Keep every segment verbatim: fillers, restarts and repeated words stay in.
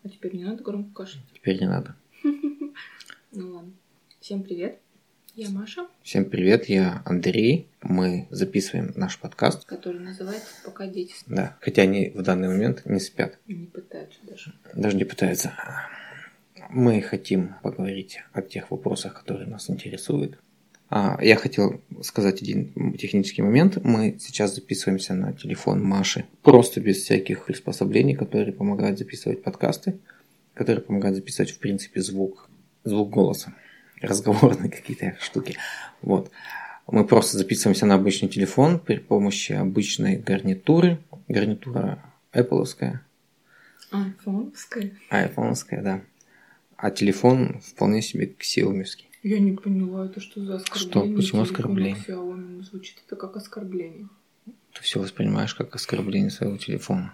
А теперь не надо громко кашлять? Теперь не надо. Ну ладно. Всем привет. Я Маша. Всем привет, я Андрей. Мы записываем наш подкаст, который называется «Пока дети спят». Да, хотя они в данный момент не спят. Не пытаются даже. Даже не пытаются. Мы хотим поговорить о тех вопросах, которые нас интересуют. Я хотел сказать один технический момент. Мы сейчас записываемся на телефон Маши. Просто без всяких приспособлений, которые помогают записывать подкасты, которые помогают записывать, в принципе, звук, звук голоса, разговорные какие-то штуки. Вот. Мы просто записываемся на обычный телефон при помощи обычной гарнитуры. Гарнитура Apple-овская. Айфоновская? Айфоновская, да. А телефон вполне себе ксиомовский. Я не поняла, это что за оскорбление? Что? Почему оскорбление? Xiaomi звучит это как оскорбление. Ты все воспринимаешь как оскорбление своего телефона.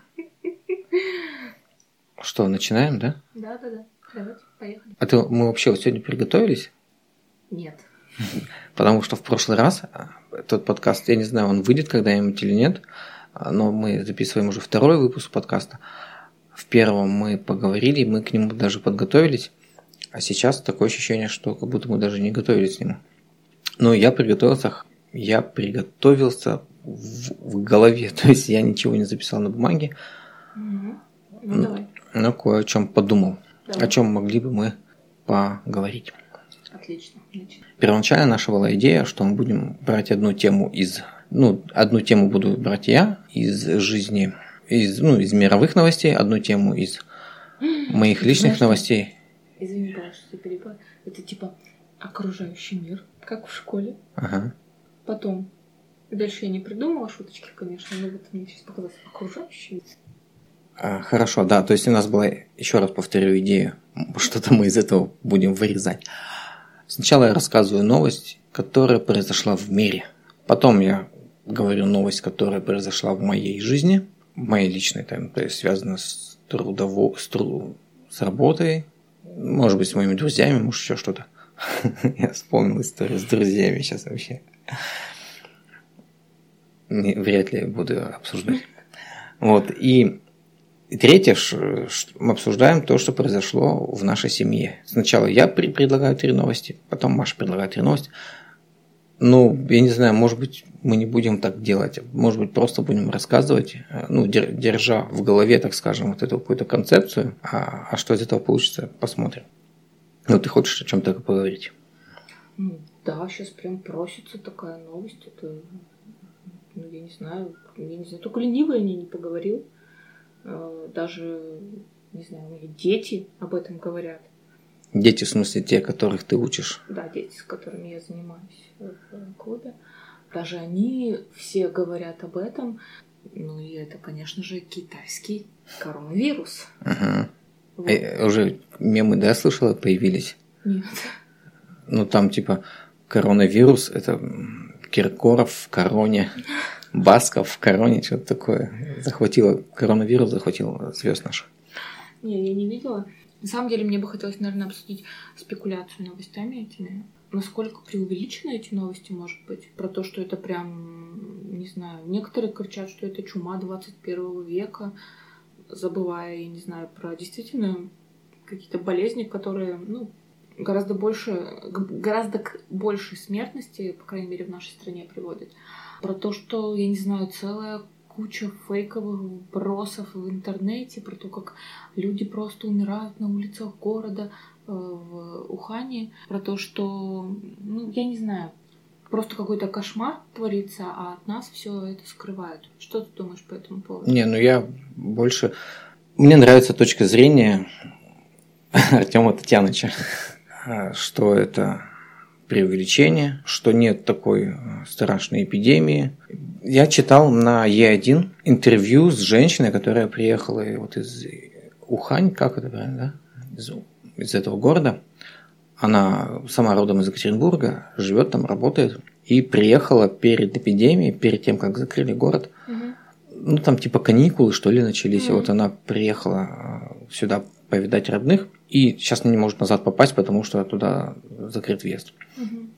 Что, начинаем, да? Да, да, да. Давайте, поехали. А ты, мы вообще вот сегодня приготовились? Нет. Потому что в прошлый раз тот подкаст, я не знаю, он выйдет когда-нибудь или нет, но мы записываем уже второй выпуск подкаста. В первом мы поговорили, мы к нему даже подготовились. А сейчас такое ощущение, что как будто мы даже не готовились к нему. Но я приготовился, я приготовился в, в голове, то есть я ничего не записал на бумаге. Угу. Ну, давай. Но кое о чем подумал. Давай. О чем могли бы мы поговорить. Отлично. Отлично. Первоначально наша была идея, что мы будем брать одну тему из... Ну, одну тему буду брать я из жизни, из, ну, из мировых новостей, одну тему из моих личных Знаешь, новостей. Извини, пожалуйста, что перебиваю. Это типа окружающий мир, как в школе. Ага. Потом. Дальше я не придумала шуточки, конечно, но вот мне сейчас показалось окружающий мир. А, хорошо, да. То есть у нас была, еще раз повторю, идея, что-то мы из этого будем вырезать. Сначала я рассказываю новость, которая произошла в мире. Потом я говорю новость, которая произошла в моей жизни, в моей личной, там, то есть связана с трудово... с, тру... с работой, может быть, с моими друзьями, может, еще что-то. Я вспомнил историю с друзьями сейчас вообще. Вряд ли буду обсуждать. Вот. И третье, мы обсуждаем то, что произошло в нашей семье. Сначала я предлагаю три новости, потом Маша предлагает три новости. Ну, я не знаю, может быть, мы не будем так делать. Может быть, просто будем рассказывать, ну, держа в голове, так скажем, вот эту какую-то концепцию. А, а что из этого получится, посмотрим. Ну, ты хочешь о чем-то поговорить? Ну, да, сейчас прям просится такая новость. Это, ну, я не знаю, я не знаю, только ленивый о ней не поговорил. Даже, не знаю, мои дети об этом говорят. Дети, в смысле, те, которых ты учишь? Да, дети, с которыми я занимаюсь в клубе. Даже они все говорят об этом. Ну и это, конечно же, китайский коронавирус. Ага. Вот. А, уже мемы, да, слышала, появились? Нет. Ну там типа коронавирус, это Киркоров в короне, Басков в короне, что-то такое. Захватило, коронавирус захватил звезд наших. Не, я не видела. На самом деле, мне бы хотелось, наверное, обсудить спекуляцию новостями этими. Насколько преувеличены эти новости, может быть? Про то, что это прям, не знаю, некоторые кричат, что это чума двадцать первого века, забывая, я не знаю, про действительно какие-то болезни, которые, ну, гораздо больше, гораздо к большей смертности, по крайней мере, в нашей стране приводят. Про то, что, я не знаю, целая куча фейковых вбросов в интернете, про то, как люди просто умирают на улицах города э, в Ухане, про то, что, ну, я не знаю, просто какой-то кошмар творится, а от нас все это скрывают. Что ты думаешь по этому поводу? Не, ну я больше... Мне нравится точка зрения Артема Татьяныча, что это преувеличение, что нет такой страшной эпидемии. Я читал на Е один интервью с женщиной, которая приехала вот из Ухань, как это правильно, да? Из, из этого города. Она сама родом из Екатеринбурга, живет там, работает. И приехала перед эпидемией, перед тем, как закрыли город. Угу. Ну, там типа каникулы, что ли, начались. Угу. И вот она приехала сюда повидать родных. И сейчас не может назад попасть, потому что туда закрыт въезд. Угу.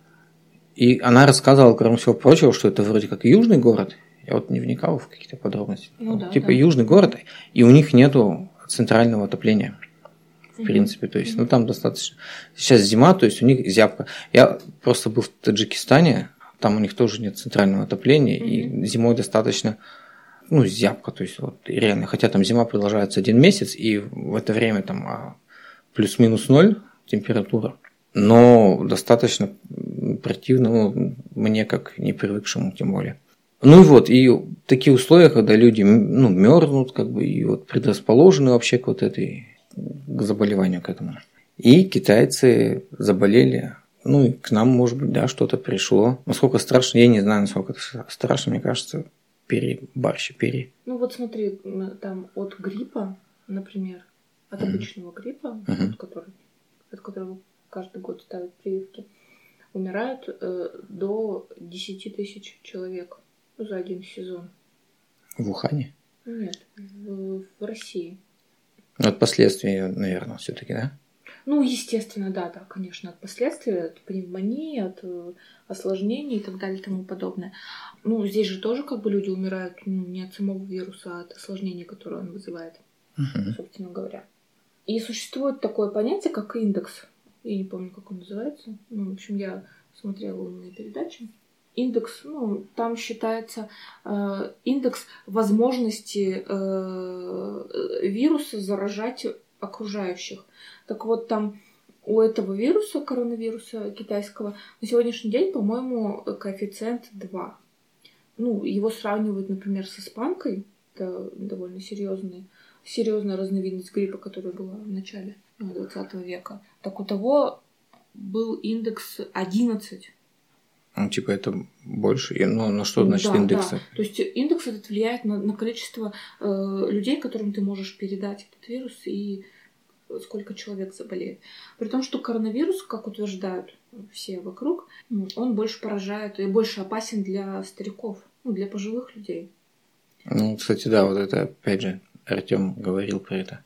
И она рассказывала, кроме всего прочего, что это вроде как южный город. Я вот не вникал в какие-то подробности. Ну, да, типа да. южный город, и у них нету центрального отопления. В принципе, то есть, ну там достаточно. Сейчас зима, то есть у них зябко. Я просто был в Таджикистане, там у них тоже нет центрального отопления, mm-hmm. и зимой достаточно, ну, зябко, то есть вот реально, хотя там зима продолжается один месяц, и в это время там плюс-минус ноль температура, но достаточно противно, ну, мне как не привыкшему, тем более. Ну и вот, и такие условия, когда люди, ну, мерзнут, как бы, и вот предрасположены вообще к вот этой, к заболеванию к этому. И китайцы заболели, ну и к нам, может быть, да, что-то пришло. Насколько страшно, я не знаю, насколько это страшно, мне кажется, перебарщи, пере. Ну вот смотри, там от гриппа, например, от mm-hmm. обычного гриппа, mm-hmm. от, который, от которого каждый год ставят прививки, умирают э, до десять тысяч человек за один сезон. В Ухане? Нет, в, в России. От последствий, наверное, все-таки, да? Ну, естественно, да, да, конечно, от последствий, от пневмонии, от э, осложнений и так далее и тому подобное. Ну, здесь же тоже как бы люди умирают, ну, не от самого вируса, а от осложнений, которые он вызывает, uh-huh. собственно говоря. И существует такое понятие, как индекс. Я не помню, как он называется. Ну, в общем, я смотрела умные передачи. Индекс, ну, там считается э, индекс возможности э, вируса заражать окружающих. Так вот, там у этого вируса, коронавируса китайского, на сегодняшний день, по-моему, коэффициент два. Ну, его сравнивают, например, с испанкой. Это довольно серьезный, серьезная разновидность гриппа, которая была в начале двадцатого века. Так у того был индекс одиннадцать. Ну, типа это больше. Ну, на что значит да, индекс? Да. То есть индекс этот влияет на, на количество э, людей, которым ты можешь передать этот вирус, и сколько человек заболеет. При том, что коронавирус, как утверждают все вокруг, он больше поражает и больше опасен для стариков, ну, для пожилых людей. Ну, кстати, да, вот это, опять же, Артём говорил про это.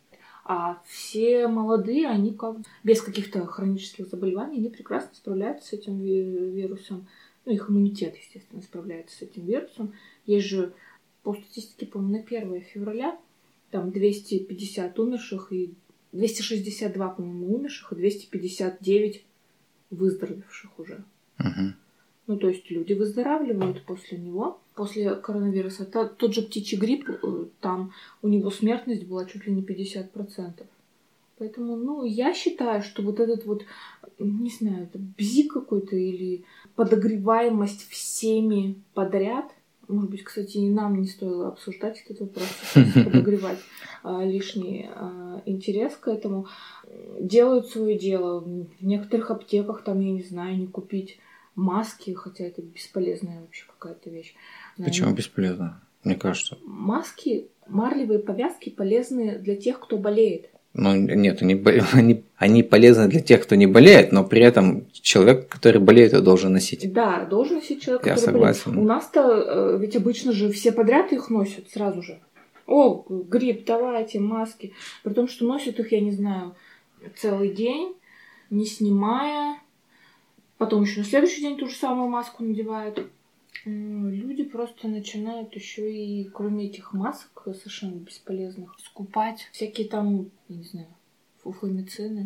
А все молодые, они как без каких-то хронических заболеваний, они прекрасно справляются с этим вирусом. Ну, их иммунитет, естественно, справляется с этим вирусом. Есть же, по статистике, по-моему, на первое февраля там двести пятьдесят умерших и двести шестьдесят два, по-моему, умерших и двести пятьдесят девять выздоровевших уже. Uh-huh. Ну, то есть люди выздоравливают после него, после коронавируса. Тот же птичий грипп, там у него смертность была чуть ли не пятьдесят процентов. Поэтому, ну, я считаю, что вот этот вот, не знаю, это бзик какой-то или подогреваемость всеми подряд. Может быть, кстати, и нам не стоило обсуждать этот вопрос, подогревать а, лишний а, интерес к этому. Делают свое дело. В некоторых аптеках, там, я не знаю, не купить маски, хотя это бесполезная вообще какая-то вещь. Почему Знаю, бесполезно? Мне кажется. Маски, марлевые повязки полезны для тех, кто болеет. Ну, нет, они, они, они полезны для тех, кто не болеет, но при этом человек, который болеет, его должен носить. Да, должен носить человек, Я который согласен. болеет. У нас-то ведь обычно же все подряд их носят сразу же. О, грипп, давайте, маски. При том, что носят их, я не знаю, целый день, не снимая. Потом еще на следующий день ту же самую маску надевают. Люди просто начинают еще и, кроме этих масок совершенно бесполезных, скупать всякие там, я не знаю, фуфломицины.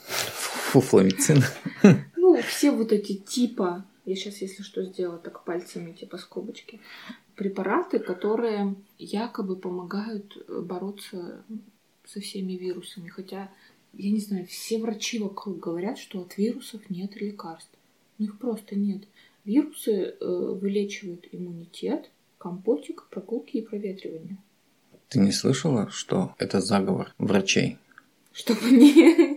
Фуфломицин? Ну, все вот эти типа, я сейчас, если что, сделала так пальцами, типа скобочки, препараты, которые якобы помогают бороться со всеми вирусами. Хотя, я не знаю, все врачи вокруг говорят, что от вирусов нет лекарств. У них просто нет. Вирусы э, вылечивают иммунитет, компотик, прогулки и проветривание. Ты не слышала, что это заговор врачей? Чтобы не,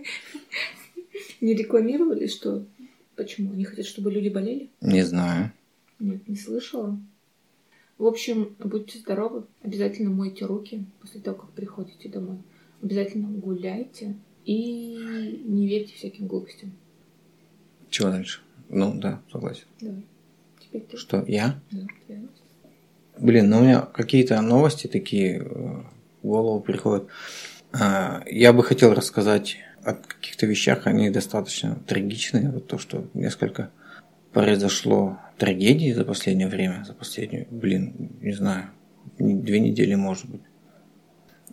не рекламировали, что... Почему? Они хотят, чтобы люди болели? Не знаю. Нет, не слышала. В общем, будьте здоровы. Обязательно мойте руки после того, как приходите домой. Обязательно гуляйте. И не верьте всяким глупостям. Чего дальше? Ну, да, согласен. Давай. Теперь ты. Что, я? Да, твоя. Блин, ну у меня какие-то новости такие в голову приходят. Я бы хотел рассказать о каких-то вещах, они достаточно трагичные. Вот то, что несколько произошло трагедий за последнее время, за последнюю, блин, не знаю, две недели, может быть.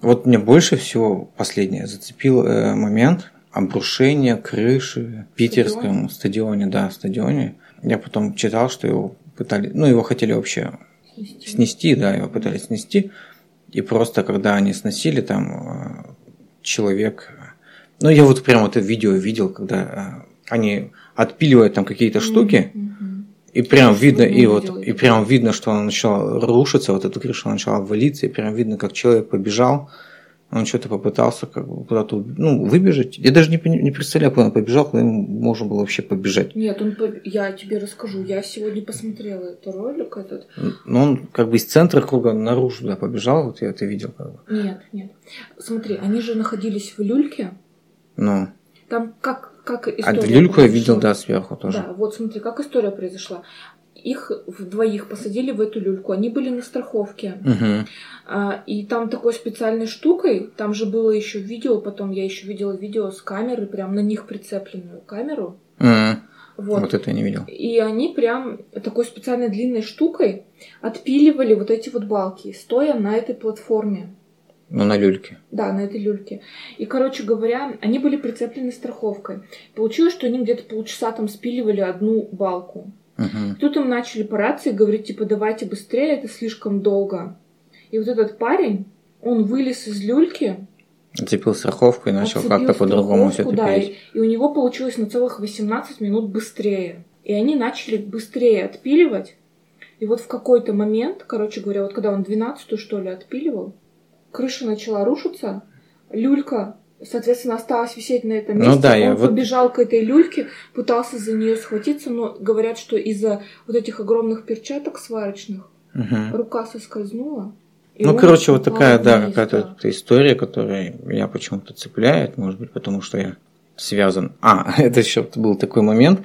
Вот мне больше всего последнее зацепил э, момент обрушения крыши в питерском стадионе, да, стадионе. Я потом читал, что его пытали, ну, его хотели вообще снести, снести да, его пытались снести. И просто, когда они сносили, там человек... Ну, я вот прямо это видео видел, когда они отпиливают там какие-то штуки, mm-hmm. и прям видно, и вот, и прям видно, что она начала рушиться, вот эта крыша начала валиться, и прям видно, как человек побежал, он что-то попытался как бы куда-то, ну, выбежать. Я даже не, не представляю, куда он побежал, куда ему можно было вообще побежать. Нет, он, я тебе расскажу, я сегодня посмотрела этот ролик этот. Ну, он как бы из центра круга наружу туда побежал, вот я это видел как бы. Нет, нет. Смотри, они же находились в люльке. Ну. Там как, как история А люльку я видел, да, сверху тоже. Да, вот смотри, как история произошла. Их двоих посадили в эту люльку, они были на страховке. Угу. А, и там такой специальной штукой, там же было еще видео, потом я еще видела видео с камеры, прям на них прицепленную камеру. Угу. Вот. Вот это я не видел. И они прям такой специальной длинной штукой отпиливали вот эти вот балки, стоя на этой платформе. Ну, на люльке. Да, на этой люльке. И, короче говоря, они были прицеплены страховкой. Получилось, что они где-то полчаса там спиливали одну балку. Угу. Тут им начали по рации говорить, типа, давайте быстрее, это слишком долго. И вот этот парень, он вылез из люльки. Отцепил страховку и начал как-то по-другому все это да, пилить. И, и у него получилось на целых восемнадцать минут быстрее. И они начали быстрее отпиливать. И вот в какой-то момент, короче говоря, вот когда он двенадцатую, что ли, отпиливал, крыша начала рушиться, люлька, соответственно, осталась висеть на этом месте. Ну, да, он я побежал вот... к этой люльке, пытался за нее схватиться, но говорят, что из-за вот этих огромных перчаток сварочных угу. рука соскользнула. Ну, короче, вот такая, да, какая-то история, которая меня почему-то цепляет, может быть, потому что я связан. А, это еще был такой момент.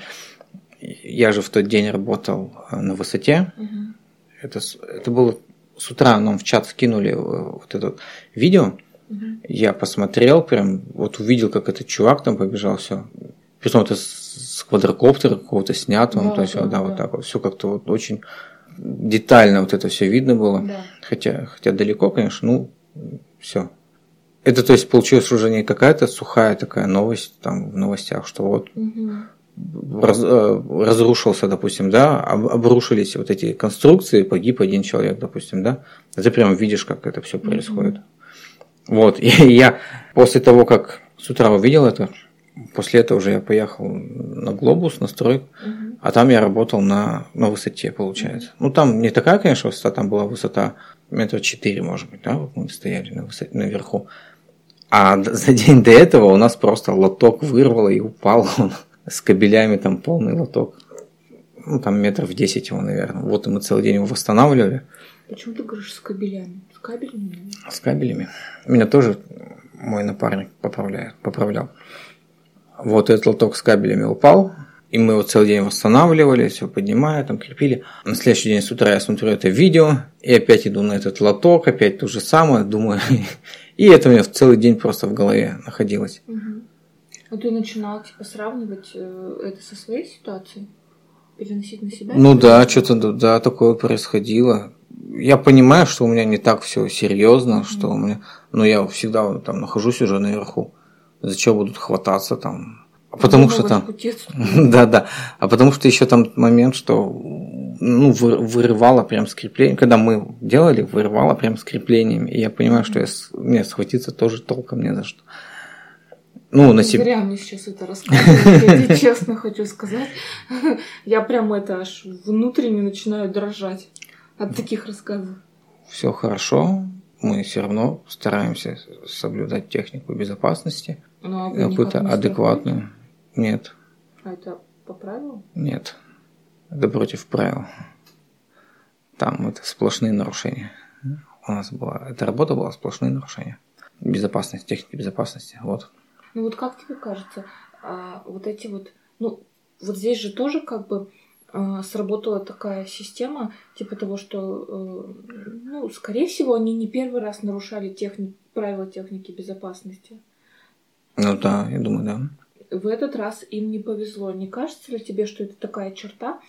Я же в тот день работал на высоте. Угу. Это, это было с утра, нам в чат скинули вот это видео. Угу. Я посмотрел, прям вот увидел, как этот чувак там побежал, все. Притом это с квадрокоптера какого-то снято, да, то есть, да, да, да, вот так вот, все как-то вот очень детально вот это все видно было. Да. Хотя, хотя далеко, конечно, ну, все. Это, то есть, получилось уже не какая-то сухая такая новость там в новостях, что вот угу. раз, разрушился, допустим, да, обрушились вот эти конструкции, погиб один человек, допустим, да. Ты прям видишь, как это все происходит. Угу. Вот, и я после того, как с утра увидел это, после этого уже я поехал на Глобус, на стройку, uh-huh. а там я работал на, на высоте, получается. Uh-huh. Ну, там не такая, конечно, высота, там была высота метра четыре, может быть, да, вот мы стояли на высоте, наверху. А за день до этого у нас просто лоток вырвало и упал он с кабелями, там полный лоток. Ну, там метров десять его, наверное. Вот и мы целый день его восстанавливали. Почему ты говоришь с кабелями? С кабелями? С кабелями. Меня тоже мой напарник поправляет, поправлял. Вот этот лоток с кабелями упал, и мы его целый день восстанавливали, все поднимая, там крепили. На следующий день с утра я смотрю это видео, и опять иду на этот лоток, опять то же самое, думаю. И это у меня целый день просто в голове находилось. Угу. А ты начинал типа сравнивать это со своей ситуацией? Переносить на себя? Ну да, что-то да, такое происходило. Я понимаю, что у меня не так все серьезно, mm-hmm. что у меня, но я всегда там нахожусь уже наверху. Зачем будут хвататься там? А потому ну, что там, да, да. А потому что еще там момент, что ну вырывало прям скрепление, когда мы делали, вырывало прям скреплениями, и я понимаю, mm-hmm. что я мне схватиться тоже толком не за что. Ну, на себе. Зря мне сейчас это рассказывать, я тебе честно хочу сказать. Я прям это аж внутренне начинаю дрожать от таких рассказов. Все хорошо, мы все равно стараемся соблюдать технику безопасности. Ну, а какую-то адекватную. Нет. А это по правилам? Нет. Это против правил. Там это сплошные нарушения. У нас была, эта работа была сплошные нарушения. Безопасность, техники безопасности. Вот. Ну вот как тебе кажется, а, вот эти вот, ну вот здесь же тоже как бы а, сработала такая система, типа того, что, а, ну, скорее всего, они не первый раз нарушали техни... правила техники безопасности. Ну да, я думаю, да. В этот раз им не повезло. Не кажется ли тебе, что это такая черта,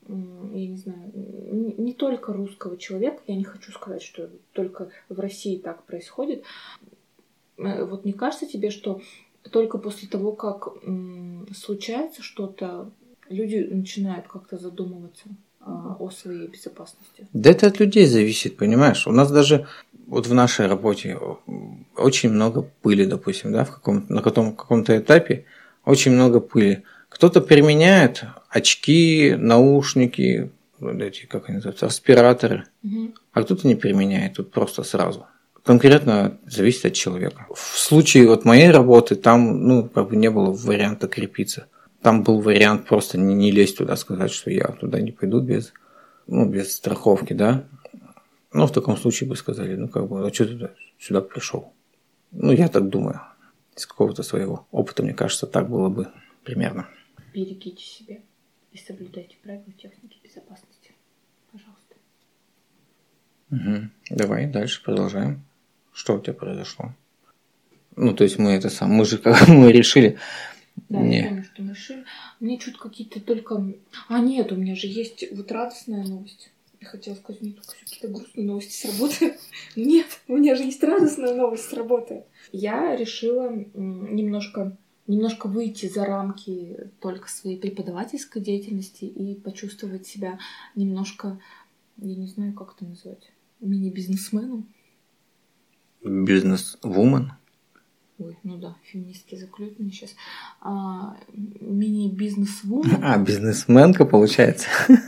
я не знаю, не только русского человека, я не хочу сказать, что только в России так происходит. Вот не кажется тебе, что только после того, как случается что-то, люди начинают как-то задумываться о своей безопасности? Да это от людей зависит, понимаешь? У нас даже вот в нашей работе очень много пыли, допустим, да, в каком-то, на каком- каком-то этапе очень много пыли. Кто-то применяет очки, наушники, вот эти, как они называются, респираторы, Угу. а кто-то не применяет, тут просто сразу. Конкретно зависит от человека. В случае вот моей работы там, ну, как бы не было варианта крепиться. Там был вариант просто не, не лезть туда, сказать, что я туда не пойду без, ну, без страховки, да. Ну, в таком случае бы сказали, ну, как бы, а что ты туда, сюда пришел? Ну, я так думаю. Из какого-то своего опыта, мне кажется, так было бы примерно. Берегите себя и соблюдайте правила техники безопасности. Пожалуйста. Угу. Давай дальше продолжаем. Что у тебя произошло? Ну, то есть мы это сам, мы же как мы решили. Да, не. я помню, что мы решили. Мне что-то какие-то только... А нет, у меня же есть вот радостная новость. Я хотела сказать, мне только какие-то грустные новости с работы. Нет, у меня же есть радостная новость с работы. Я решила немножко, немножко выйти за рамки только своей преподавательской деятельности и почувствовать себя немножко, я не знаю, как это назвать, мини-бизнесменом. Бизнес-вумен? Ой, ну да, феминистки заклюют меня сейчас. А, мини-бизнес-вумен. А, бизнесменка получается.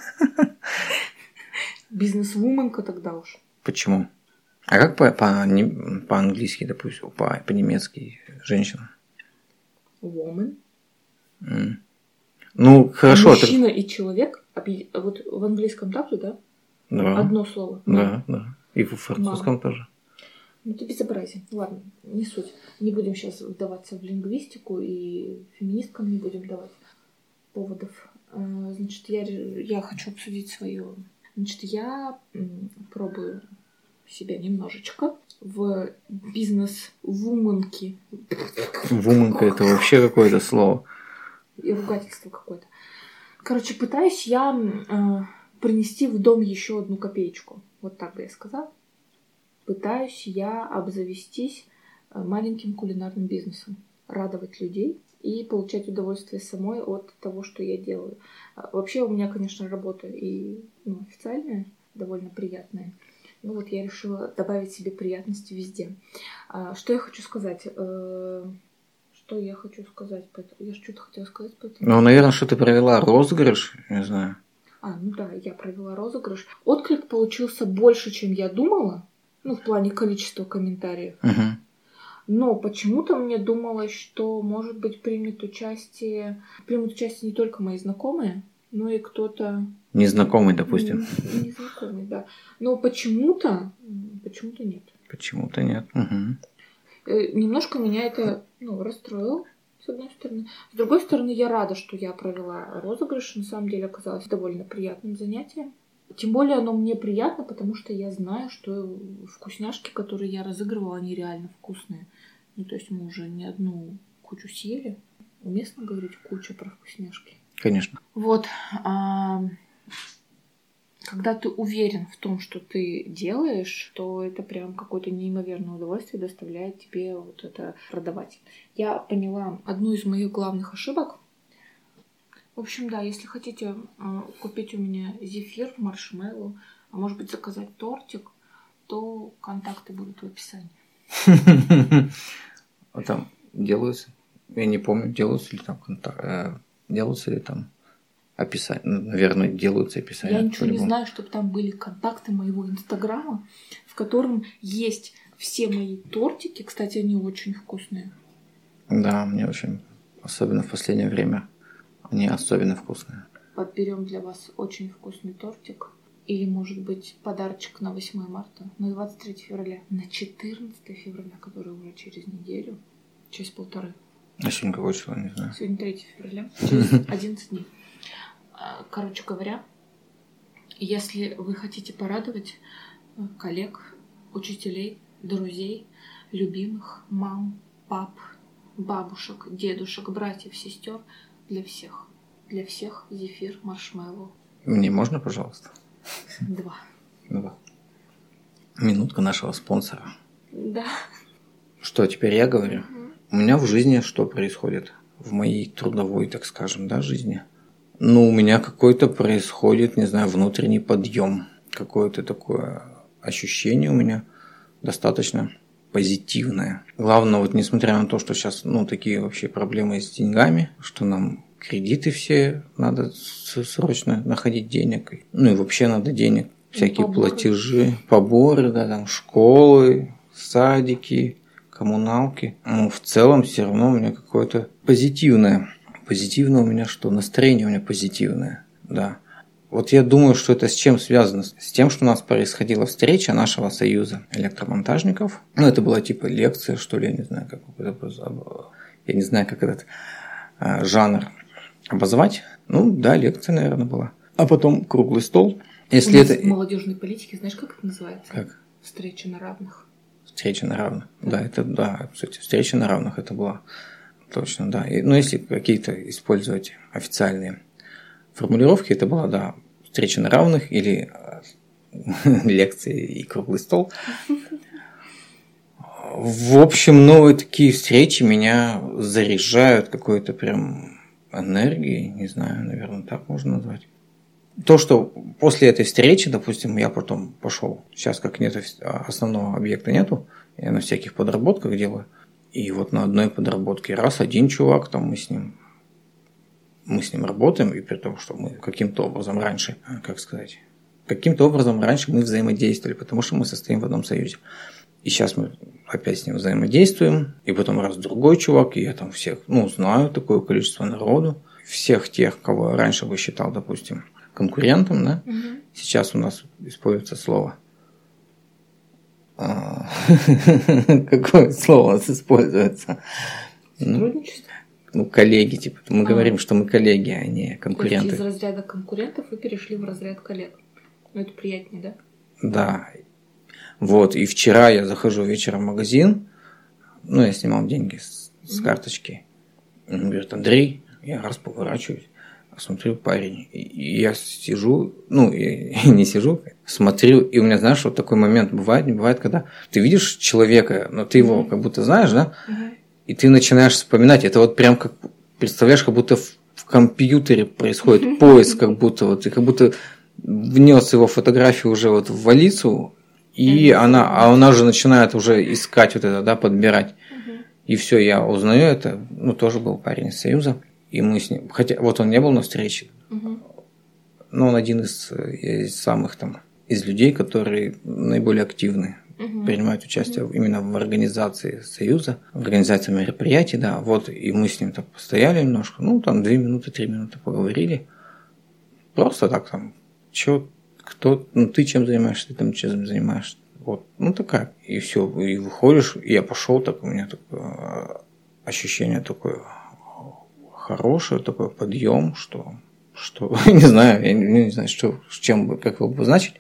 Бизнес-вуменка тогда уж. Почему? А как по, по, не- по-английски, допустим, по, по-немецки женщина? Woman. М. Ну, хорошо. А ты- мужчина и человек, объ- вот в английском так же, да? Да, Одно слово. да, да. И в французском тоже. Ну, это безобразие. Ладно, не суть. Не будем сейчас вдаваться в лингвистику и феминисткам не будем давать поводов. А, Значит, я, ре- я хочу обсудить свое. Значит, я м, пробую себя немножечко в бизнес-вуменке. Вуменка это вообще какое-то слово. И ругательство какое-то. Короче, пытаюсь я э, принести в дом еще одну копеечку. Вот так бы я сказала. Пытаюсь я обзавестись э, маленьким кулинарным бизнесом. Радовать людей и получать удовольствие самой от того, что я делаю. А, Вообще у меня, конечно, работа и ну, официальная, довольно приятная. Ну вот я решила добавить себе приятности везде. А, Что я хочу сказать? Э, Что я хочу сказать? по этому- Я что-то хотела сказать по этому. Ну, наверное, что ты провела розыгрыш, не знаю. А, ну да, я провела розыгрыш. Отклик получился больше, чем я думала. Ну, в плане количества комментариев. Угу. Но почему-то мне думалось, что, может быть, примет участие... Примут участие не только мои знакомые, но и кто-то... Незнакомый, допустим. м, Незнакомый, да. Но почему-то... м, Почему-то нет. Почему-то нет. Угу. Э, Немножко меня это, ну, расстроило, с одной стороны. С другой стороны, я рада, что я провела розыгрыш. На самом деле оказалось довольно приятным занятием. Тем более оно мне приятно, потому что я знаю, что вкусняшки, которые я разыгрывала, они реально вкусные. Ну, то есть мы уже не одну кучу съели. Уместно говорить куча про вкусняшки. Конечно. Вот. а, Когда ты уверен в том, что ты делаешь, то это прям какое-то неимоверное удовольствие доставляет тебе вот это продавать. Я поняла одну из моих главных ошибок. В общем, да, если хотите э, купить у меня зефир, маршмеллоу, а может быть заказать тортик, то контакты будут в описании. А там делаются, я не помню, делаются ли там контакты, делаются ли там описания, ну, наверное, делаются описания. Я ничего не по-любому. знаю, чтобы там были контакты моего инстаграма, в котором есть все мои тортики. Кстати, они очень вкусные. Да, мне очень, особенно в последнее время, они особенно вкусные. Подберем для вас очень вкусный тортик. Или, может быть, подарочек на восьмое марта, на двадцать третье февраля, на четырнадцатое февраля, которое уже через неделю, через полторы. А сегодня какое число, не знаю. Сегодня третье февраля, через одиннадцать дней. А, Короче говоря, если вы хотите порадовать э, коллег, учителей, друзей, любимых, мам, пап, бабушек, дедушек, братьев, сестер, для всех. Для всех зефир, маршмеллоу Мне можно, пожалуйста? Два. Два. Минутка нашего спонсора. Да. Что, теперь я говорю? Угу. У меня в жизни что происходит? В моей трудовой, так скажем, да, жизни? Ну, у меня какой-то происходит, не знаю, внутренний подъем. Какое-то такое ощущение у меня достаточно позитивное. Главное, вот несмотря на то, что сейчас, ну, такие вообще проблемы с деньгами, что нам кредиты все надо срочно находить денег. Ну, и вообще надо денег. Всякие поборы. Платежи, поборы, да, там, школы, садики, коммуналки. Ну, в целом, все равно у меня какое-то позитивное. Позитивное у меня что? Настроение у меня позитивное, да. Вот я думаю, что это с чем связано? С тем, что у нас происходила встреча нашего союза электромонтажников. Ну, это была типа лекция, что ли, я не знаю, как я не знаю, как этот а, жанр обозвать. Ну, да, лекция, наверное, была. А потом круглый стол. Если у нас это... в молодежной политике, знаешь, как это называется? Как? Встреча на равных. Встреча на равных. Да, да это, да, кстати, встреча на равных это была. Точно, да. И, ну, если какие-то использовать официальные формулировки, это была, да, встреча на равных или лекции и круглый стол. В общем, новые такие встречи меня заряжают какой-то прям энергией, не знаю, наверное, так можно назвать. То, что после этой встречи, допустим, я потом пошел, сейчас как нет основного объекта нету, я на всяких подработках делаю, и вот на одной подработке раз один чувак, там мы с ним мы с ним работаем, и при том, что мы каким-то образом раньше, как сказать, каким-то образом раньше мы взаимодействовали, потому что мы состоим в одном союзе. И сейчас мы опять с ним взаимодействуем, и потом раз другой чувак, и я там всех, ну, знаю такое количество народу, всех тех, кого я раньше бы считал, допустим, конкурентом, да, угу. Сейчас у нас используется слово. Какое слово у нас используется? Сотрудничество? Ну, коллеги, типа. Мы а. говорим, что мы коллеги, а не конкуренты. То есть из разряда конкурентов вы перешли в разряд коллег. Ну, это приятнее, да? Да. Вот, и вчера я захожу вечером в магазин, ну, я снимал деньги с, с mm-hmm. карточки. Он говорит: Андрей, я раз поворачиваюсь, смотрю, парень, и я сижу, ну, я не сижу, смотрю, и у меня, знаешь, вот такой момент бывает, не бывает, когда ты видишь человека, но ты его mm-hmm. как будто знаешь, да, mm-hmm. и ты начинаешь вспоминать, это вот прям как, представляешь, как будто в, в компьютере происходит mm-hmm. поиск, как будто вот, и как будто внес его фотографию уже вот в валицу, и mm-hmm. она, а она уже начинает уже искать вот это, да, подбирать, mm-hmm. и все, я узнаю это, ну, тоже был парень из Союза. И мы с ним, хотя вот он не был на встрече, угу. но он один из, из самых там, из людей, которые наиболее активны, угу. принимают участие угу. именно в организации Союза, в организации мероприятий, да, вот, и мы с ним так постояли немножко, ну, там, две минуты, три минуты поговорили, просто так там, чё, кто, ну, ты чем занимаешься, ты там чем занимаешься, вот, ну, такая, и все, и выходишь, и я пошел, так у меня такое ощущение такое, хороший такой подъем, что, что не знаю, я не, не знаю, что, с чем, как его обозначить.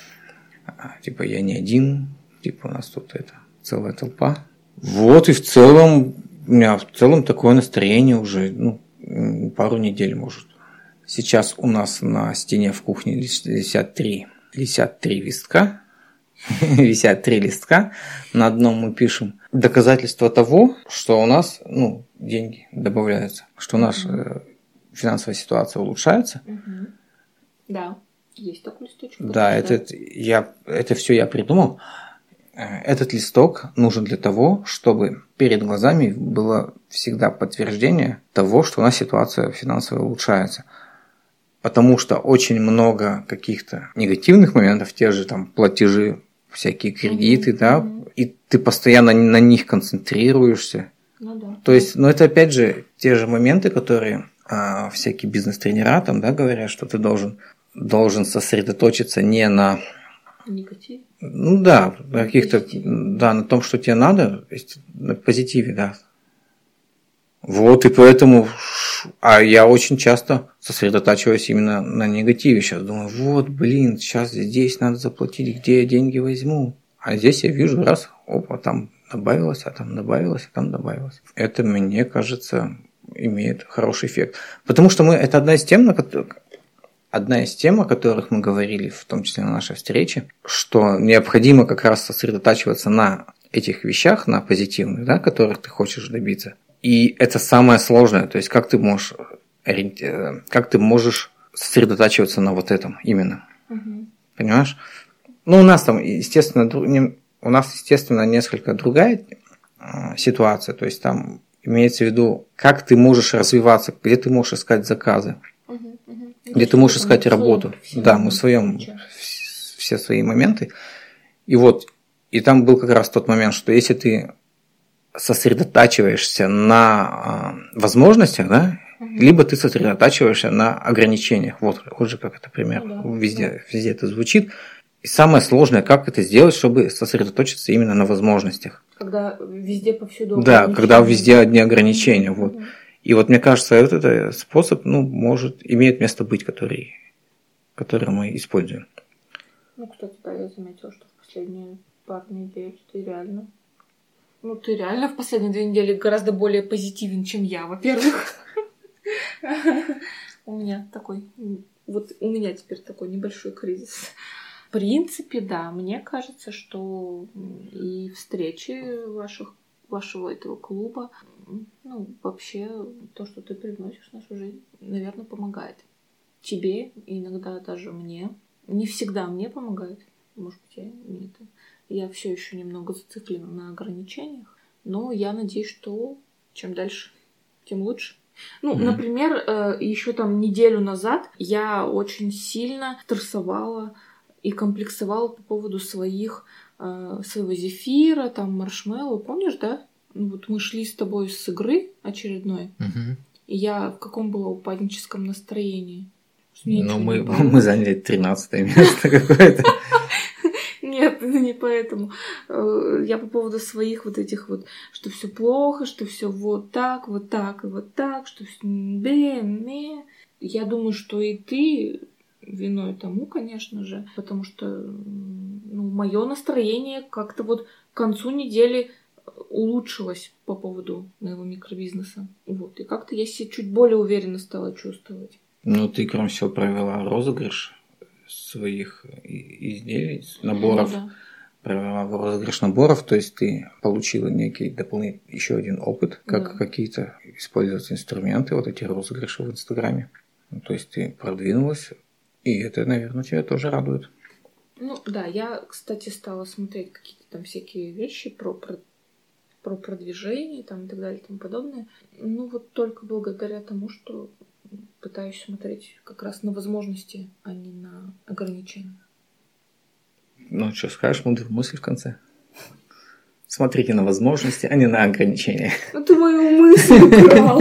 Типа я не один, типа у нас тут это целая толпа. Вот и в целом у меня в целом такое настроение уже, ну, пару недель может. Сейчас у нас на стене в кухне висят три, висят три листка. Висят три листка. На одном мы пишем доказательство того, что у нас, ну, деньги добавляются, что наша mm-hmm. финансовая ситуация улучшается. Mm-hmm. Да, есть такой листочек. Да, это, я, это все я придумал. Этот листок нужен для того, чтобы перед глазами было всегда подтверждение того, что у нас ситуация финансовая улучшается. Потому что очень много каких-то негативных моментов, те же там платежи, всякие кредиты, mm-hmm. да, и ты постоянно на них концентрируешься. Ну да. То есть, ну это опять же те же моменты, которые а, всякие бизнес-тренера там, да, говорят, что ты должен, должен сосредоточиться не на негативе. Ну да, на каких-то, да, на том, что тебе надо, на позитиве, да. Вот, и поэтому, а я очень часто сосредотачиваюсь именно на негативе. Сейчас думаю, вот, блин, сейчас здесь надо заплатить, где я деньги возьму. А здесь я вижу, раз, опа, там добавилось, а там добавилось, а там добавилось. Это, мне кажется, имеет хороший эффект. Потому что мы, это одна из тем, на которых, одна из тем, о которых мы говорили, в том числе на нашей встрече, что необходимо как раз сосредотачиваться на этих вещах, на позитивных, да, которых ты хочешь добиться. И это самое сложное, то есть как ты можешь, как ты можешь сосредотачиваться на вот этом именно. Угу. Понимаешь? Ну, у нас там, естественно, у нас, естественно, несколько другая ситуация, то есть там имеется в виду, как ты можешь развиваться, где ты можешь искать заказы, угу, угу. где ты можешь искать работу. Да, мы в своем, все свои моменты. И вот, и там был как раз тот момент, что если ты сосредотачиваешься на возможностях, да, угу. либо ты сосредотачиваешься на ограничениях. Вот, вот же как это пример. Ну, да, везде, да. везде это звучит. И самое сложное, как это сделать, чтобы сосредоточиться именно на возможностях. Когда везде повсюду ограничения. Да, когда везде одни ограничения. Mm-hmm. Вот. И вот мне кажется, этот, этот способ, ну, может, имеет место быть, который, который мы используем. Ну, кстати, да, я заметила, что в последние пару недель ты реально... Ну, ты реально в последние две недели гораздо более позитивен, чем я, во-первых. У меня такой... Вот у меня теперь такой небольшой кризис. В принципе, да, мне кажется, что и встречи ваших, вашего этого клуба, ну, вообще то, что ты привносишь в нашу жизнь, наверное, помогает. Тебе, и иногда даже мне. Не всегда мне помогает. Может быть, я не это. Я все еще немного зациклена на ограничениях, но я надеюсь, что чем дальше, тем лучше. Ну, mm-hmm. например, еще там неделю назад я очень сильно стрессовала и комплексовала по поводу своих, своего зефира, там, маршмеллоу. Помнишь, да? Вот мы шли с тобой с игры очередной, mm-hmm. и я в каком была упадническом настроении. Ну, мы, мы заняли тринадцатое место какое-то. Нет, не поэтому. Я по поводу своих вот этих вот, что все плохо, что все вот так, вот так и вот так, что все не. Я думаю, что и ты виной тому, конечно же, потому что, ну, мое настроение как-то вот к концу недели улучшилось по поводу моего микробизнеса. Вот. И как-то я себя чуть более уверенно стала чувствовать. Ну, ты, кроме всего, провела розыгрыш своих изделий, наборов, ну, да. провела розыгрыш наборов, то есть ты получила некий дополнительный еще один опыт, как да. какие-то использовать инструменты, вот эти розыгрыши в Инстаграме. Ну, то есть ты продвинулась, и это, наверное, тебя тоже радует. Ну да, я, кстати, стала смотреть какие-то там всякие вещи про, про, про продвижение там, и так далее и тому подобное. Ну вот только благодаря тому, что пытаюсь смотреть как раз на возможности, а не на ограничения. Ну, что скажешь, мудрую мысль в конце? Смотрите на возможности, а не на ограничения. Ну, ты мою мысль украл.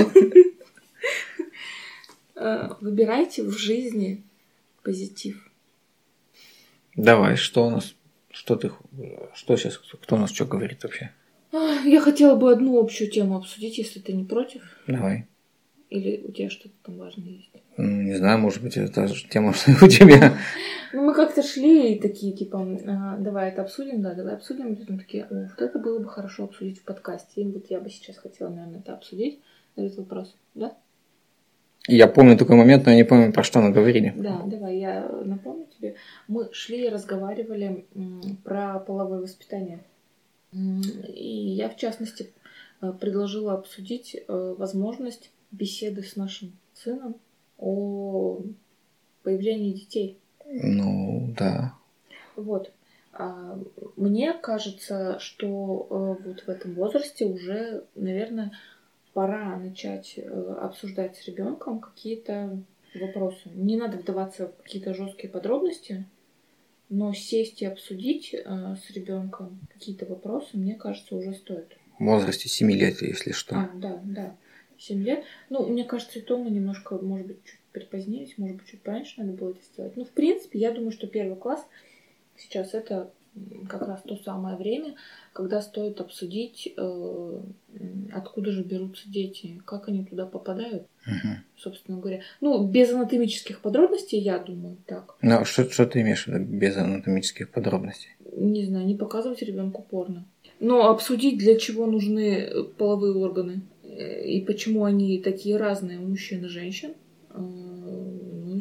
Выбирайте в жизни позитив. Давай, что у нас? Что ты... Что сейчас? Кто у нас что говорит вообще? Я хотела бы одну общую тему обсудить, если ты не против. Давай. Или у тебя что-то там важное есть? Не знаю, может быть, это та же тема, что у тебя. Ну, мы как-то шли и такие, типа, давай это обсудим, да, давай обсудим. И потом такие, о, вот это было бы хорошо обсудить в подкасте. И вот я бы сейчас хотела, наверное, это обсудить, этот вопрос, да? Я помню такой момент, но я не помню, про что мы говорили. Да, давай, я напомню тебе. Мы шли и разговаривали про половое воспитание. И я, в частности, предложила обсудить возможность беседы с нашим сыном о появлении детей. Ну, да. Вот. Мне кажется, что вот в этом возрасте уже, наверное, пора начать обсуждать с ребенком какие-то вопросы. Не надо вдаваться в какие-то жесткие подробности, но сесть и обсудить с ребенком какие-то вопросы, мне кажется, уже стоит. В возрасте семи лет, если что. А, да, да. семь лет. Ну, мне кажется, и то мы немножко, может быть, чуть припозднились, может быть, чуть пораньше надо было это сделать. Ну, в принципе, я думаю, что первый класс сейчас это как раз то самое время, когда стоит обсудить, э, откуда же берутся дети, как они туда попадают, угу. собственно говоря. Ну, без анатомических подробностей, я думаю, так. Ну, что, что ты имеешь в виду без анатомических подробностей? Не знаю, не показывать ребенку порно. Но обсудить, для чего нужны половые органы и почему они такие разные у мужчин и женщин. Ну и,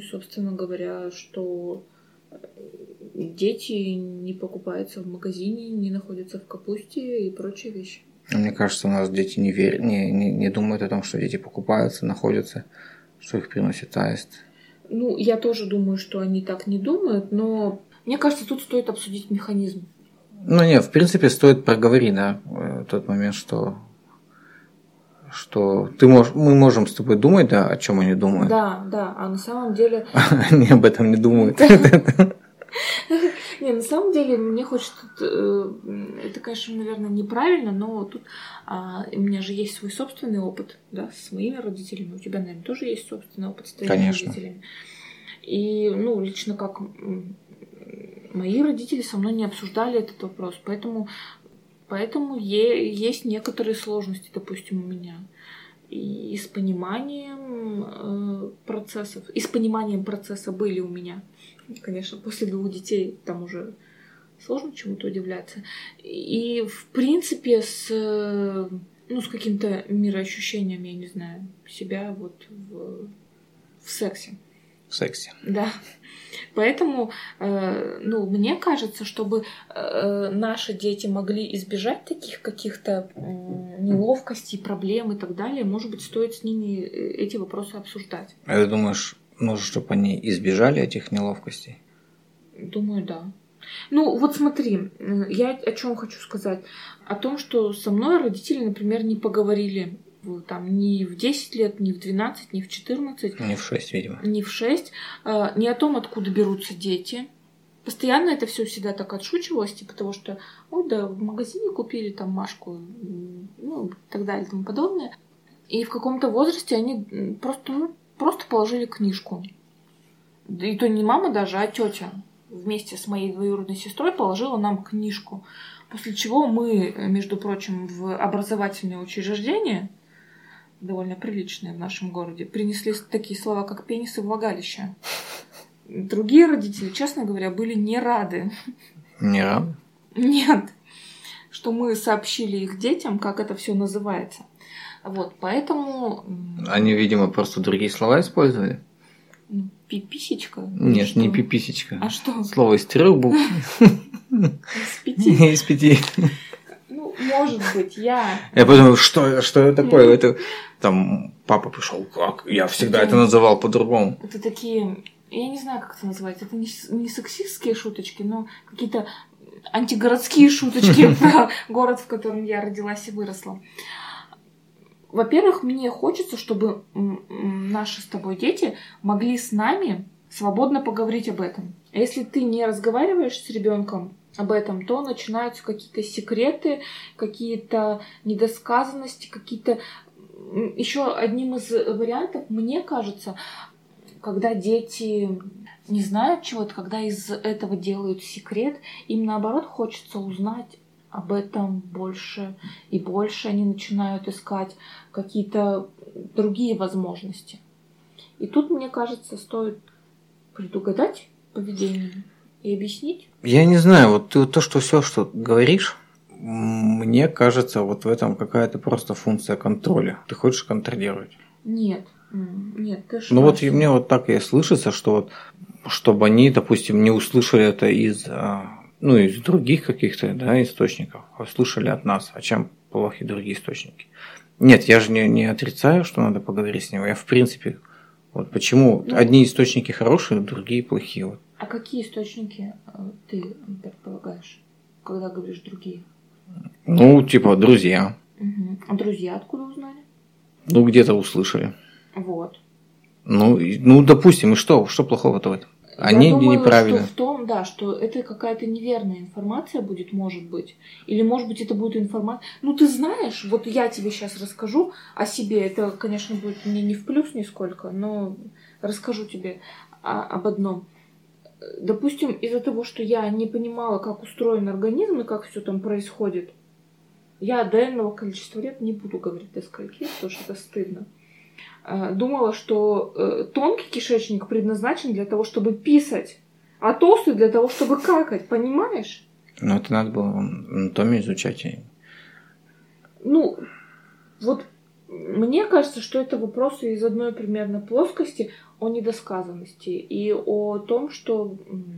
и, собственно говоря, что дети не покупаются в магазине, не находятся в капусте и прочие вещи. Мне кажется, у нас дети не, верят, не, не, не думают о том, что дети покупаются, находятся, что их приносит аист. Ну, я тоже думаю, что они так не думают, но мне кажется, тут стоит обсудить механизм. Ну, нет, в принципе, стоит проговорить, да, тот момент, что, что ты можешь, мы можем с тобой думать, да, о чем они думают. Да, да, а на самом деле... Они об этом не думают. Не, на самом деле, мне хочется... Это, конечно, наверное, неправильно, но тут а, у меня же есть свой собственный опыт, да, с моими родителями. У тебя, наверное, тоже есть собственный опыт с твоими Конечно. родителями. И, ну, лично как мои родители со мной не обсуждали этот вопрос, поэтому, поэтому е- есть некоторые сложности, допустим, у меня. И с пониманием э, процессов, и с пониманием процесса были у меня. Конечно, после двух детей там уже сложно чему-то удивляться. И, в принципе, с, ну, с каким-то мироощущением, я не знаю, себя вот в, в сексе. В сексе. Да. Поэтому, э, ну, мне кажется, чтобы э, наши дети могли избежать таких каких-то э, неловкостей, проблем и так далее, может быть, стоит с ними эти вопросы обсуждать. А ты думаешь, нужно, чтобы они избежали этих неловкостей? Думаю, да. Ну, вот смотри, я о чем хочу сказать. О том, что со мной родители, например, не поговорили там ни в десять лет, ни в двенадцать, ни в четырнадцать. Не в шесть, видимо. Не в шесть. Не о том, откуда берутся дети. Постоянно это все всегда так отшучивалось, типа того, что ой, да, в магазине купили там Машку, ну, и так далее и тому подобное. И в каком-то возрасте они просто, ну, просто положили книжку. И то не мама даже, а тетя вместе с моей двоюродной сестрой положила нам книжку. После чего мы, между прочим, в образовательное учреждение, довольно приличные в нашем городе, принесли такие слова, как пенис и влагалище. Другие родители, честно говоря, были не рады. Не рады? Нет. Что мы сообщили их детям, как это все называется. Вот, поэтому... Они, видимо, просто другие слова использовали? Пиписечка? Нет, что? не пиписечка. А что? Слово из трех букв. Из пяти? Из пяти. Ну, может быть, я... Я подумал, что, что это такое? Это там папа пришел, как? Я всегда это называл по-другому. Это такие, я не знаю, как это называется, это не, не сексистские шуточки, но какие-то антигородские шуточки про город, в котором я родилась и выросла. Во-первых, мне хочется, чтобы наши с тобой дети могли с нами свободно поговорить об этом. А если ты не разговариваешь с ребенком об этом, то начинаются какие-то секреты, какие-то недосказанности, какие-то... Еще одним из вариантов, мне кажется, когда дети не знают чего-то, когда из этого делают секрет, им наоборот хочется узнать об этом больше и больше. Они начинают искать какие-то другие возможности. И тут, мне кажется, стоит предугадать поведение и объяснить. Я не знаю, вот ты то, что все, что говоришь, мне кажется, вот в этом какая-то просто функция контроля. Ты хочешь контролировать? Нет, нет, ты ошибаешься. Ну вот и мне вот так и слышится, что вот, чтобы они, допустим, не услышали это из, ну, из других каких-то, да, источников, а услышали от нас. А чем плохи другие источники? Нет, я же не, не отрицаю, что надо поговорить с ним. Я в принципе, вот почему ну, одни источники хорошие, другие плохие. Вот. А какие источники ты предполагаешь, когда говоришь другие? Ну, типа друзья. Угу. А друзья откуда узнали? Ну, где-то услышали. Вот. Ну, ну допустим, и что? Что плохого-то в этом? Они Я думаю, неправильно. Что в том, да, что это какая-то неверная информация будет, может быть. Или, может быть, это будет информация... Ну, ты знаешь, вот я тебе сейчас расскажу о себе. Это, конечно, будет мне не в плюс нисколько, но расскажу тебе о, об одном. Допустим, из-за того, что я не понимала, как устроен организм и как все там происходит, я до энного количества лет, не буду говорить до скольки, потому что это стыдно, думала, что тонкий кишечник предназначен для того, чтобы писать, а толстый для того, чтобы какать, понимаешь? Ну, это надо было анатомию изучать. Ну, вот Мне кажется, что это вопросы из одной примерно плоскости о недосказанности и о том, что...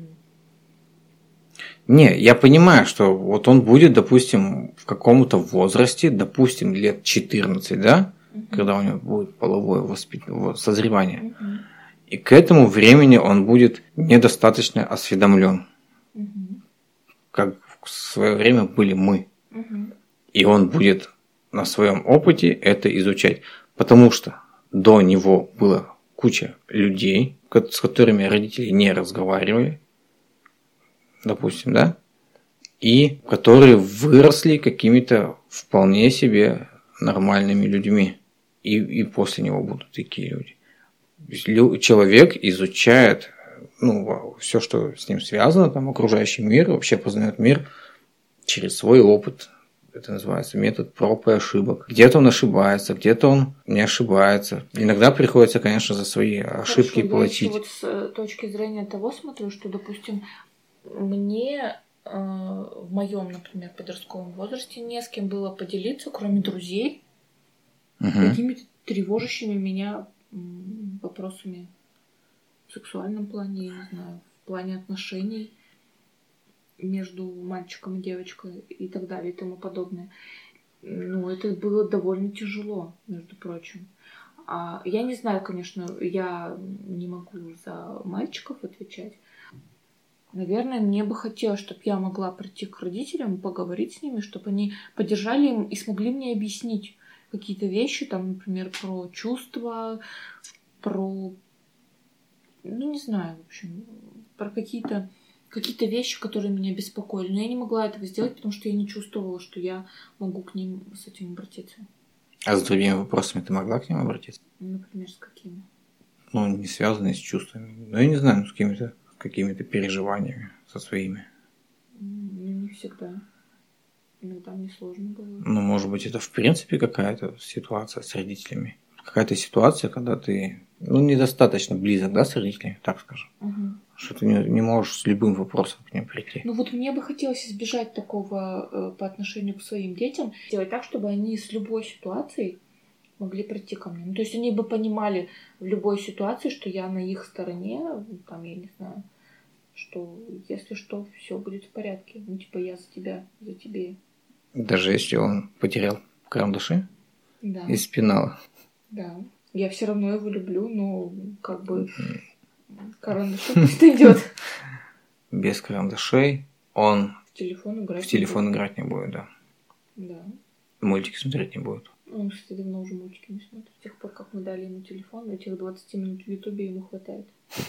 Не, я понимаю, что вот он будет, допустим, в каком-то возрасте, допустим, лет четырнадцать, да, угу. когда у него будет половое воспит... созревание. Угу. И к этому времени он будет недостаточно осведомлен, угу. как в свое время были мы. Угу. И он будет на своем опыте это изучать. Потому что до него была куча людей, с которыми родители не разговаривали, допустим, да, и которые выросли какими-то вполне себе нормальными людьми. И, и после него будут такие люди. Человек изучает, ну, все, что с ним связано, там, окружающий мир, вообще познает мир через свой опыт. Это называется метод проб и ошибок. Где-то он ошибается, где-то он не ошибается. Иногда приходится, конечно, за свои ошибки Хорошо, платить. Я еще вот с точки зрения того смотрю, что, допустим, мне э, в моем, например, подростковом возрасте не с кем было поделиться, кроме друзей, угу. какими-то тревожащими меня вопросами в сексуальном плане, я не знаю, в плане отношений между мальчиком и девочкой и так далее и тому подобное. Ну, это было довольно тяжело, между прочим. А я не знаю, конечно, я не могу за мальчиков отвечать. Наверное, мне бы хотелось, чтобы я могла прийти к родителям, поговорить с ними, чтобы они поддержали им и смогли мне объяснить какие-то вещи, там, например, про чувства, про, ну, не знаю, в общем, про какие-то какие-то вещи, которые меня беспокоили. Но я не могла этого сделать, потому что я не чувствовала, что я могу к ним с этим обратиться. А с другими вопросами ты могла к ним обратиться? Например, с какими? Ну, не связанные с чувствами. Ну, я не знаю, ну, с какими-то, какими-то переживаниями, со своими. Ну, не всегда. Иногда мне сложно было. Ну, может быть, это в принципе какая-то ситуация с родителями. Какая-то ситуация, когда ты, ну, недостаточно близок, да, с родителями, так скажем. Угу. Что ты не, не можешь с любым вопросом к ним прийти. Ну вот мне бы хотелось избежать такого э, по отношению к своим детям. Сделать так, чтобы они с любой ситуацией могли прийти ко мне. Ну, то есть они бы понимали в любой ситуации, что я на их стороне, там, я не знаю, что если что, все будет в порядке. Ну, типа, я за тебя, за тебе. Даже если он потерял карандаши? Да. Из пенала? Да. Я все равно его люблю, но как бы... Карандаши пусть идет. Без карандашей он в телефон играть, в телефон не, играть не будет, да. Да. Мультики смотреть не будет. Он, кстати, давно уже мультики не смотрит. С тех пор, как мы дали ему телефон, этих двадцать минут в Ютубе ему хватает.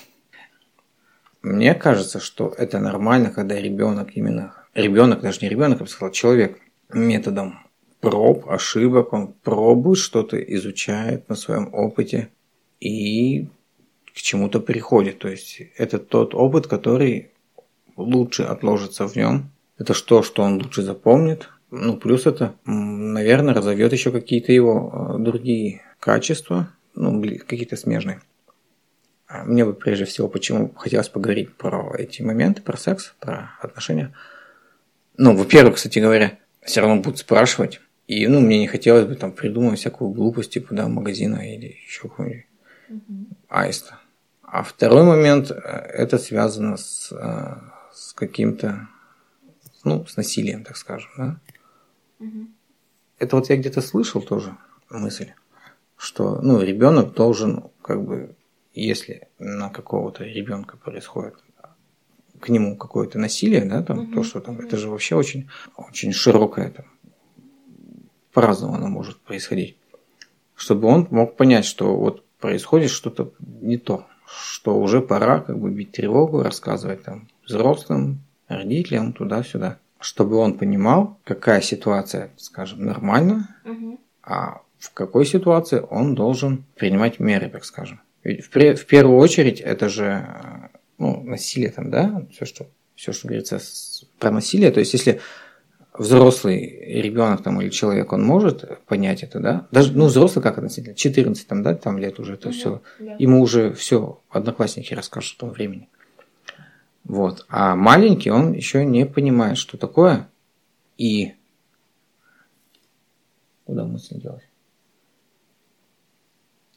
Мне кажется, что это нормально, когда ребенок именно... Ребенок, даже не ребенок, я бы сказал, человек методом проб, ошибок, он пробует что-то, изучает на своем опыте и к чему-то приходит. То есть это тот опыт, который лучше отложится в нем. Это то, что он лучше запомнит. Ну, плюс это, наверное, разовьет еще какие-то его другие качества, ну, какие-то смежные. Мне бы прежде всего, почему хотелось поговорить про эти моменты, про секс, про отношения. Ну, во-первых, кстати говоря, все равно будут спрашивать. И, ну, мне не хотелось бы там придумывать всякую глупость, типа, да, магазина или еще какого-нибудь mm-hmm. аиста. А второй момент, это связано с, с каким-то, ну, с насилием, так скажем, да. Mm-hmm. Это вот я где-то слышал тоже мысль, что, ну, ребенок должен, как бы, если на какого-то ребенка происходит к нему какое-то насилие, да, там, mm-hmm. то, что там, mm-hmm. это же вообще очень, очень широкое, там, по-разному оно может происходить, чтобы он мог понять, что вот происходит что-то не то, что уже пора как бы бить тревогу, рассказывать там взрослым, родителям, туда-сюда, чтобы он понимал, какая ситуация, скажем, нормальна, угу. а в какой ситуации он должен принимать меры, так скажем. Ведь в, при, в первую очередь это же, ну, насилие там, да, все, что, все, что говорится про насилие, то есть если взрослый ребенок там или человек, он может понять это, да? Даже, ну, взрослый как относительно? четырнадцать там, да, там лет уже это угу, все. Да. Ему уже все одноклассники расскажут в том времени. Вот. А маленький, он еще не понимает, что такое. И куда мысль делась?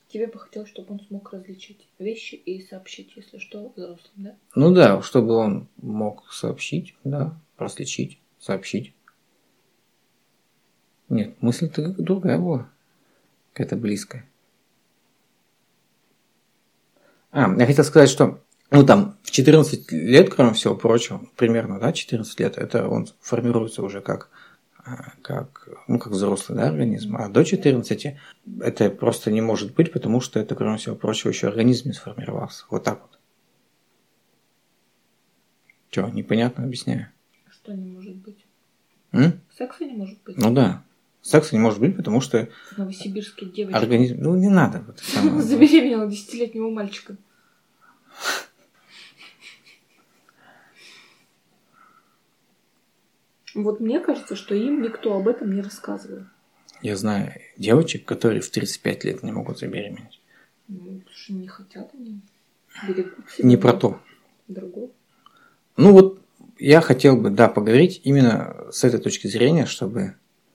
Тебе бы хотелось, чтобы он смог различить вещи и сообщить, если что, взрослым, да? Ну да, чтобы он мог сообщить, да, различить, сообщить. Нет, мысль-то другая была. Какая-то близкая. А, я хотел сказать, что ну там в четырнадцать лет, кроме всего прочего, примерно, да, четырнадцать лет, это он формируется уже как, как, ну, как взрослый, да, организм. А до четырнадцати это просто не может быть, потому что это, кроме всего прочего, еще организм не сформировался. Вот так вот. Че, непонятно объясняю? Что не может быть? М? Секса не может быть? Ну да. Секса не может быть, потому что В Новосибирске девочка организм... Ну не надо. Вот, забеременела десятилетнего мальчика. Вот мне кажется, что им никто об этом не рассказывал. Я знаю девочек, которые в тридцать пять лет не могут забеременеть. Ну, потому что не хотят они. Берегут себя. Не про то. Другого. Ну вот я хотел бы, да, поговорить именно с этой точки зрения, чтобы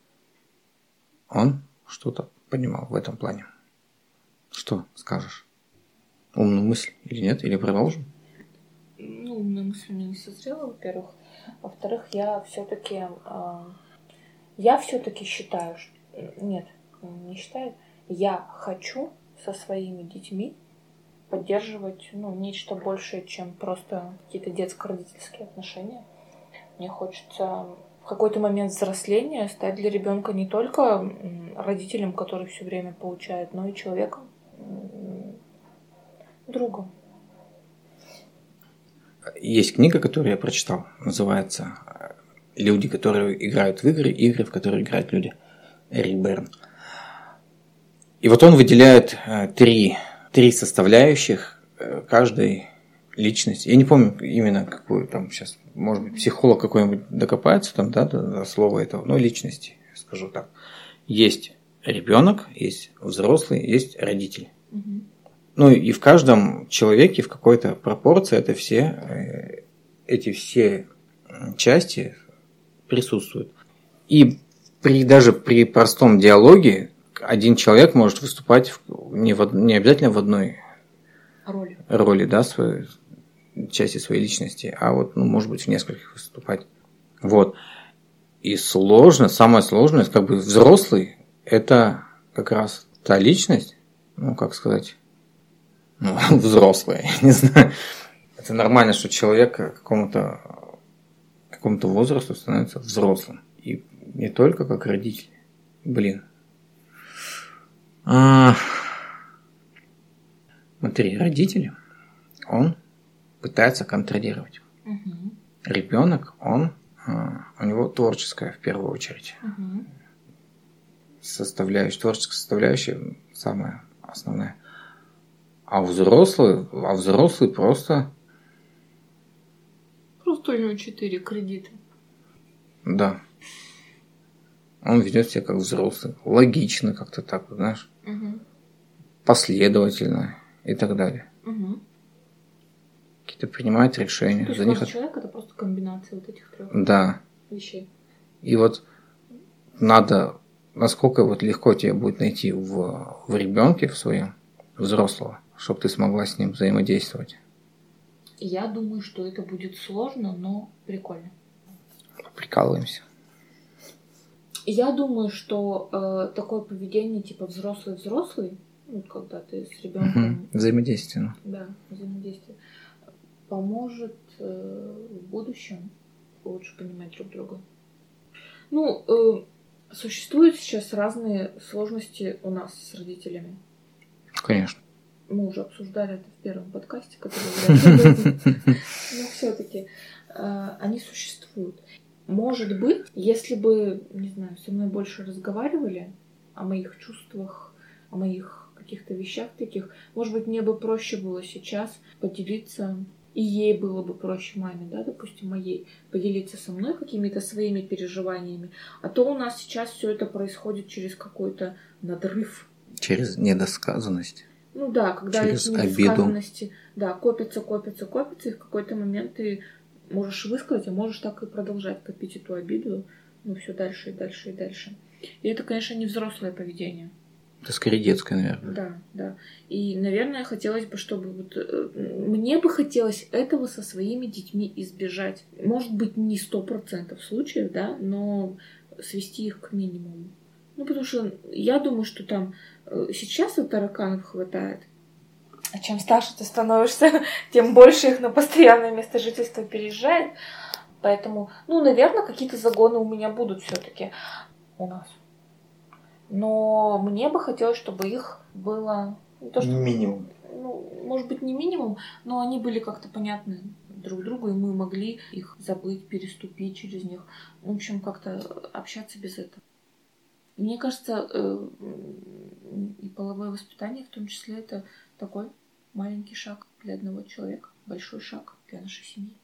он что-то понимал в этом плане. Что скажешь? Умную мысль или нет? Или продолжим? Ну, умная мысль мне не созрела, во-первых. Во-вторых, я все-таки э, я все-таки считаю, что... Нет, не считаю. Я хочу со своими детьми поддерживать, ну, нечто большее, чем просто какие-то детско-родительские отношения. Мне хочется в какой-то момент взросления стать для ребенка не только родителем, который все время получает, но и человеком, другом. Есть книга, которую я прочитал, называется «Люди, которые играют в игры, игры, в которые играют люди». Эрик Берн. И вот он выделяет три, три составляющих каждой личности. Я не помню именно какую там сейчас, может быть, психолог какой-нибудь докопается там, да, до слова этого, но личности, скажу так. Есть ребенок, есть взрослый, есть родитель. Угу. Ну и в каждом человеке в какой-то пропорции это все, эти все части присутствуют. И при, даже при простом диалоге один человек может выступать в, не, в, не обязательно в одной роли, роли, да, своей части своей личности, а вот, ну, может быть, в нескольких выступать. Вот. И сложно, самое сложное, как бы взрослый, это как раз та личность, ну, как сказать, ну, взрослая, не знаю. Это нормально, что человек к какому-то какому-то возрасту становится взрослым. И не только как родитель. Блин. А... Смотри, родитель, он пытается контролировать. Угу. Ребенок, он, у него творческая в первую очередь. Угу. Составляющая, творческая составляющая самая основная. А взрослый, а взрослый просто... Просто у него четыре кредита. Да. Он ведет себя как взрослый. Логично как-то так, знаешь. Угу. Последовательно и так далее. Угу. Какие-то принимает решения. То есть За них... человек это просто комбинация вот этих трех да. вещей. И вот надо, насколько вот легко тебе будет найти в, в ребенке в своем взрослого, чтобы ты смогла с ним взаимодействовать. Я думаю, что это будет сложно, но прикольно. Прикалываемся. Я думаю, что э, такое поведение типа взрослый-взрослый, ну, когда ты с ребенком... Угу. Взаимодействие. Да, взаимодействие. Поможет э, в будущем лучше понимать друг друга. Ну, э, существуют сейчас разные сложности у нас с родителями. Конечно. Мы уже обсуждали это в первом подкасте, который но все-таки они существуют. Может быть, если бы, не знаю, со мной больше разговаривали о моих чувствах, о моих каких-то вещах таких, может быть, мне бы проще было сейчас поделиться, и ей было бы проще, маме, да, допустим, моей, поделиться со мной какими-то своими переживаниями. А то у нас сейчас все это происходит через какой-то надрыв. Через недосказанность. Ну да, когда через эти недосказанности, да, копятся, копятся, копятся, и в какой-то момент ты можешь высказать, а можешь так и продолжать копить эту обиду, ну, все дальше и дальше и дальше. И это, конечно, не взрослое поведение. Это скорее детское, наверное. Да, да. И, наверное, хотелось бы, чтобы вот э, мне бы хотелось этого со своими детьми избежать. Может быть, не сто процентов случаев, да, но свести их к минимуму. Ну, потому что я думаю, что там э, сейчас и тараканов хватает. А чем старше ты становишься, тем больше их на постоянное место жительства переезжает. Поэтому, ну, наверное, какие-то загоны у меня будут все-таки у нас. Но мне бы хотелось, чтобы их было... Не то, что, минимум. Ну, может быть, не минимум, но они были как-то понятны друг другу, и мы могли их забыть, переступить через них. В общем, как-то общаться без этого. Мне кажется, и половое воспитание в том числе это такой маленький шаг для одного человека, большой шаг для нашей семьи.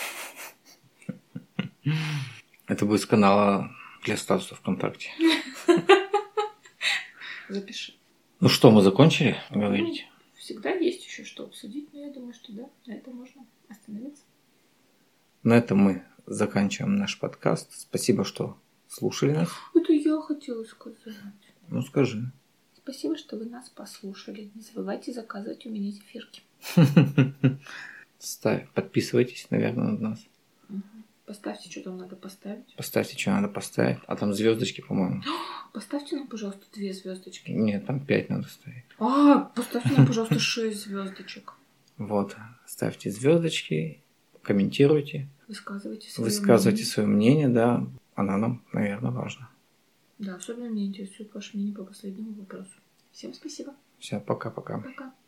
Это будет с канала для статуса ВКонтакте. Запиши. Ну что, мы закончили говорить? Ну, всегда есть еще что обсудить, но я думаю, что да, на этом можно остановиться. На этом мы заканчиваем наш подкаст. Спасибо, что слушали нас. Это я хотела сказать. Ну, скажи. Спасибо, что вы нас послушали. Не забывайте заказывать у меня зефирки. Ставь, подписывайтесь, наверное, на нас. Поставьте, что там надо поставить. Поставьте, что надо поставить. А там звездочки, по-моему. Поставьте нам, пожалуйста, две звездочки. Нет, там пять надо ставить. А, поставьте нам, пожалуйста, шесть звездочек. Вот. Ставьте звездочки, комментируйте. Высказывайте свое Высказывайте мнение. свое мнение, да. Оно нам, наверное, важно. Да, особенно меня интересует ваше мнение по последнему вопросу. Всем спасибо. Все, пока-пока. Пока.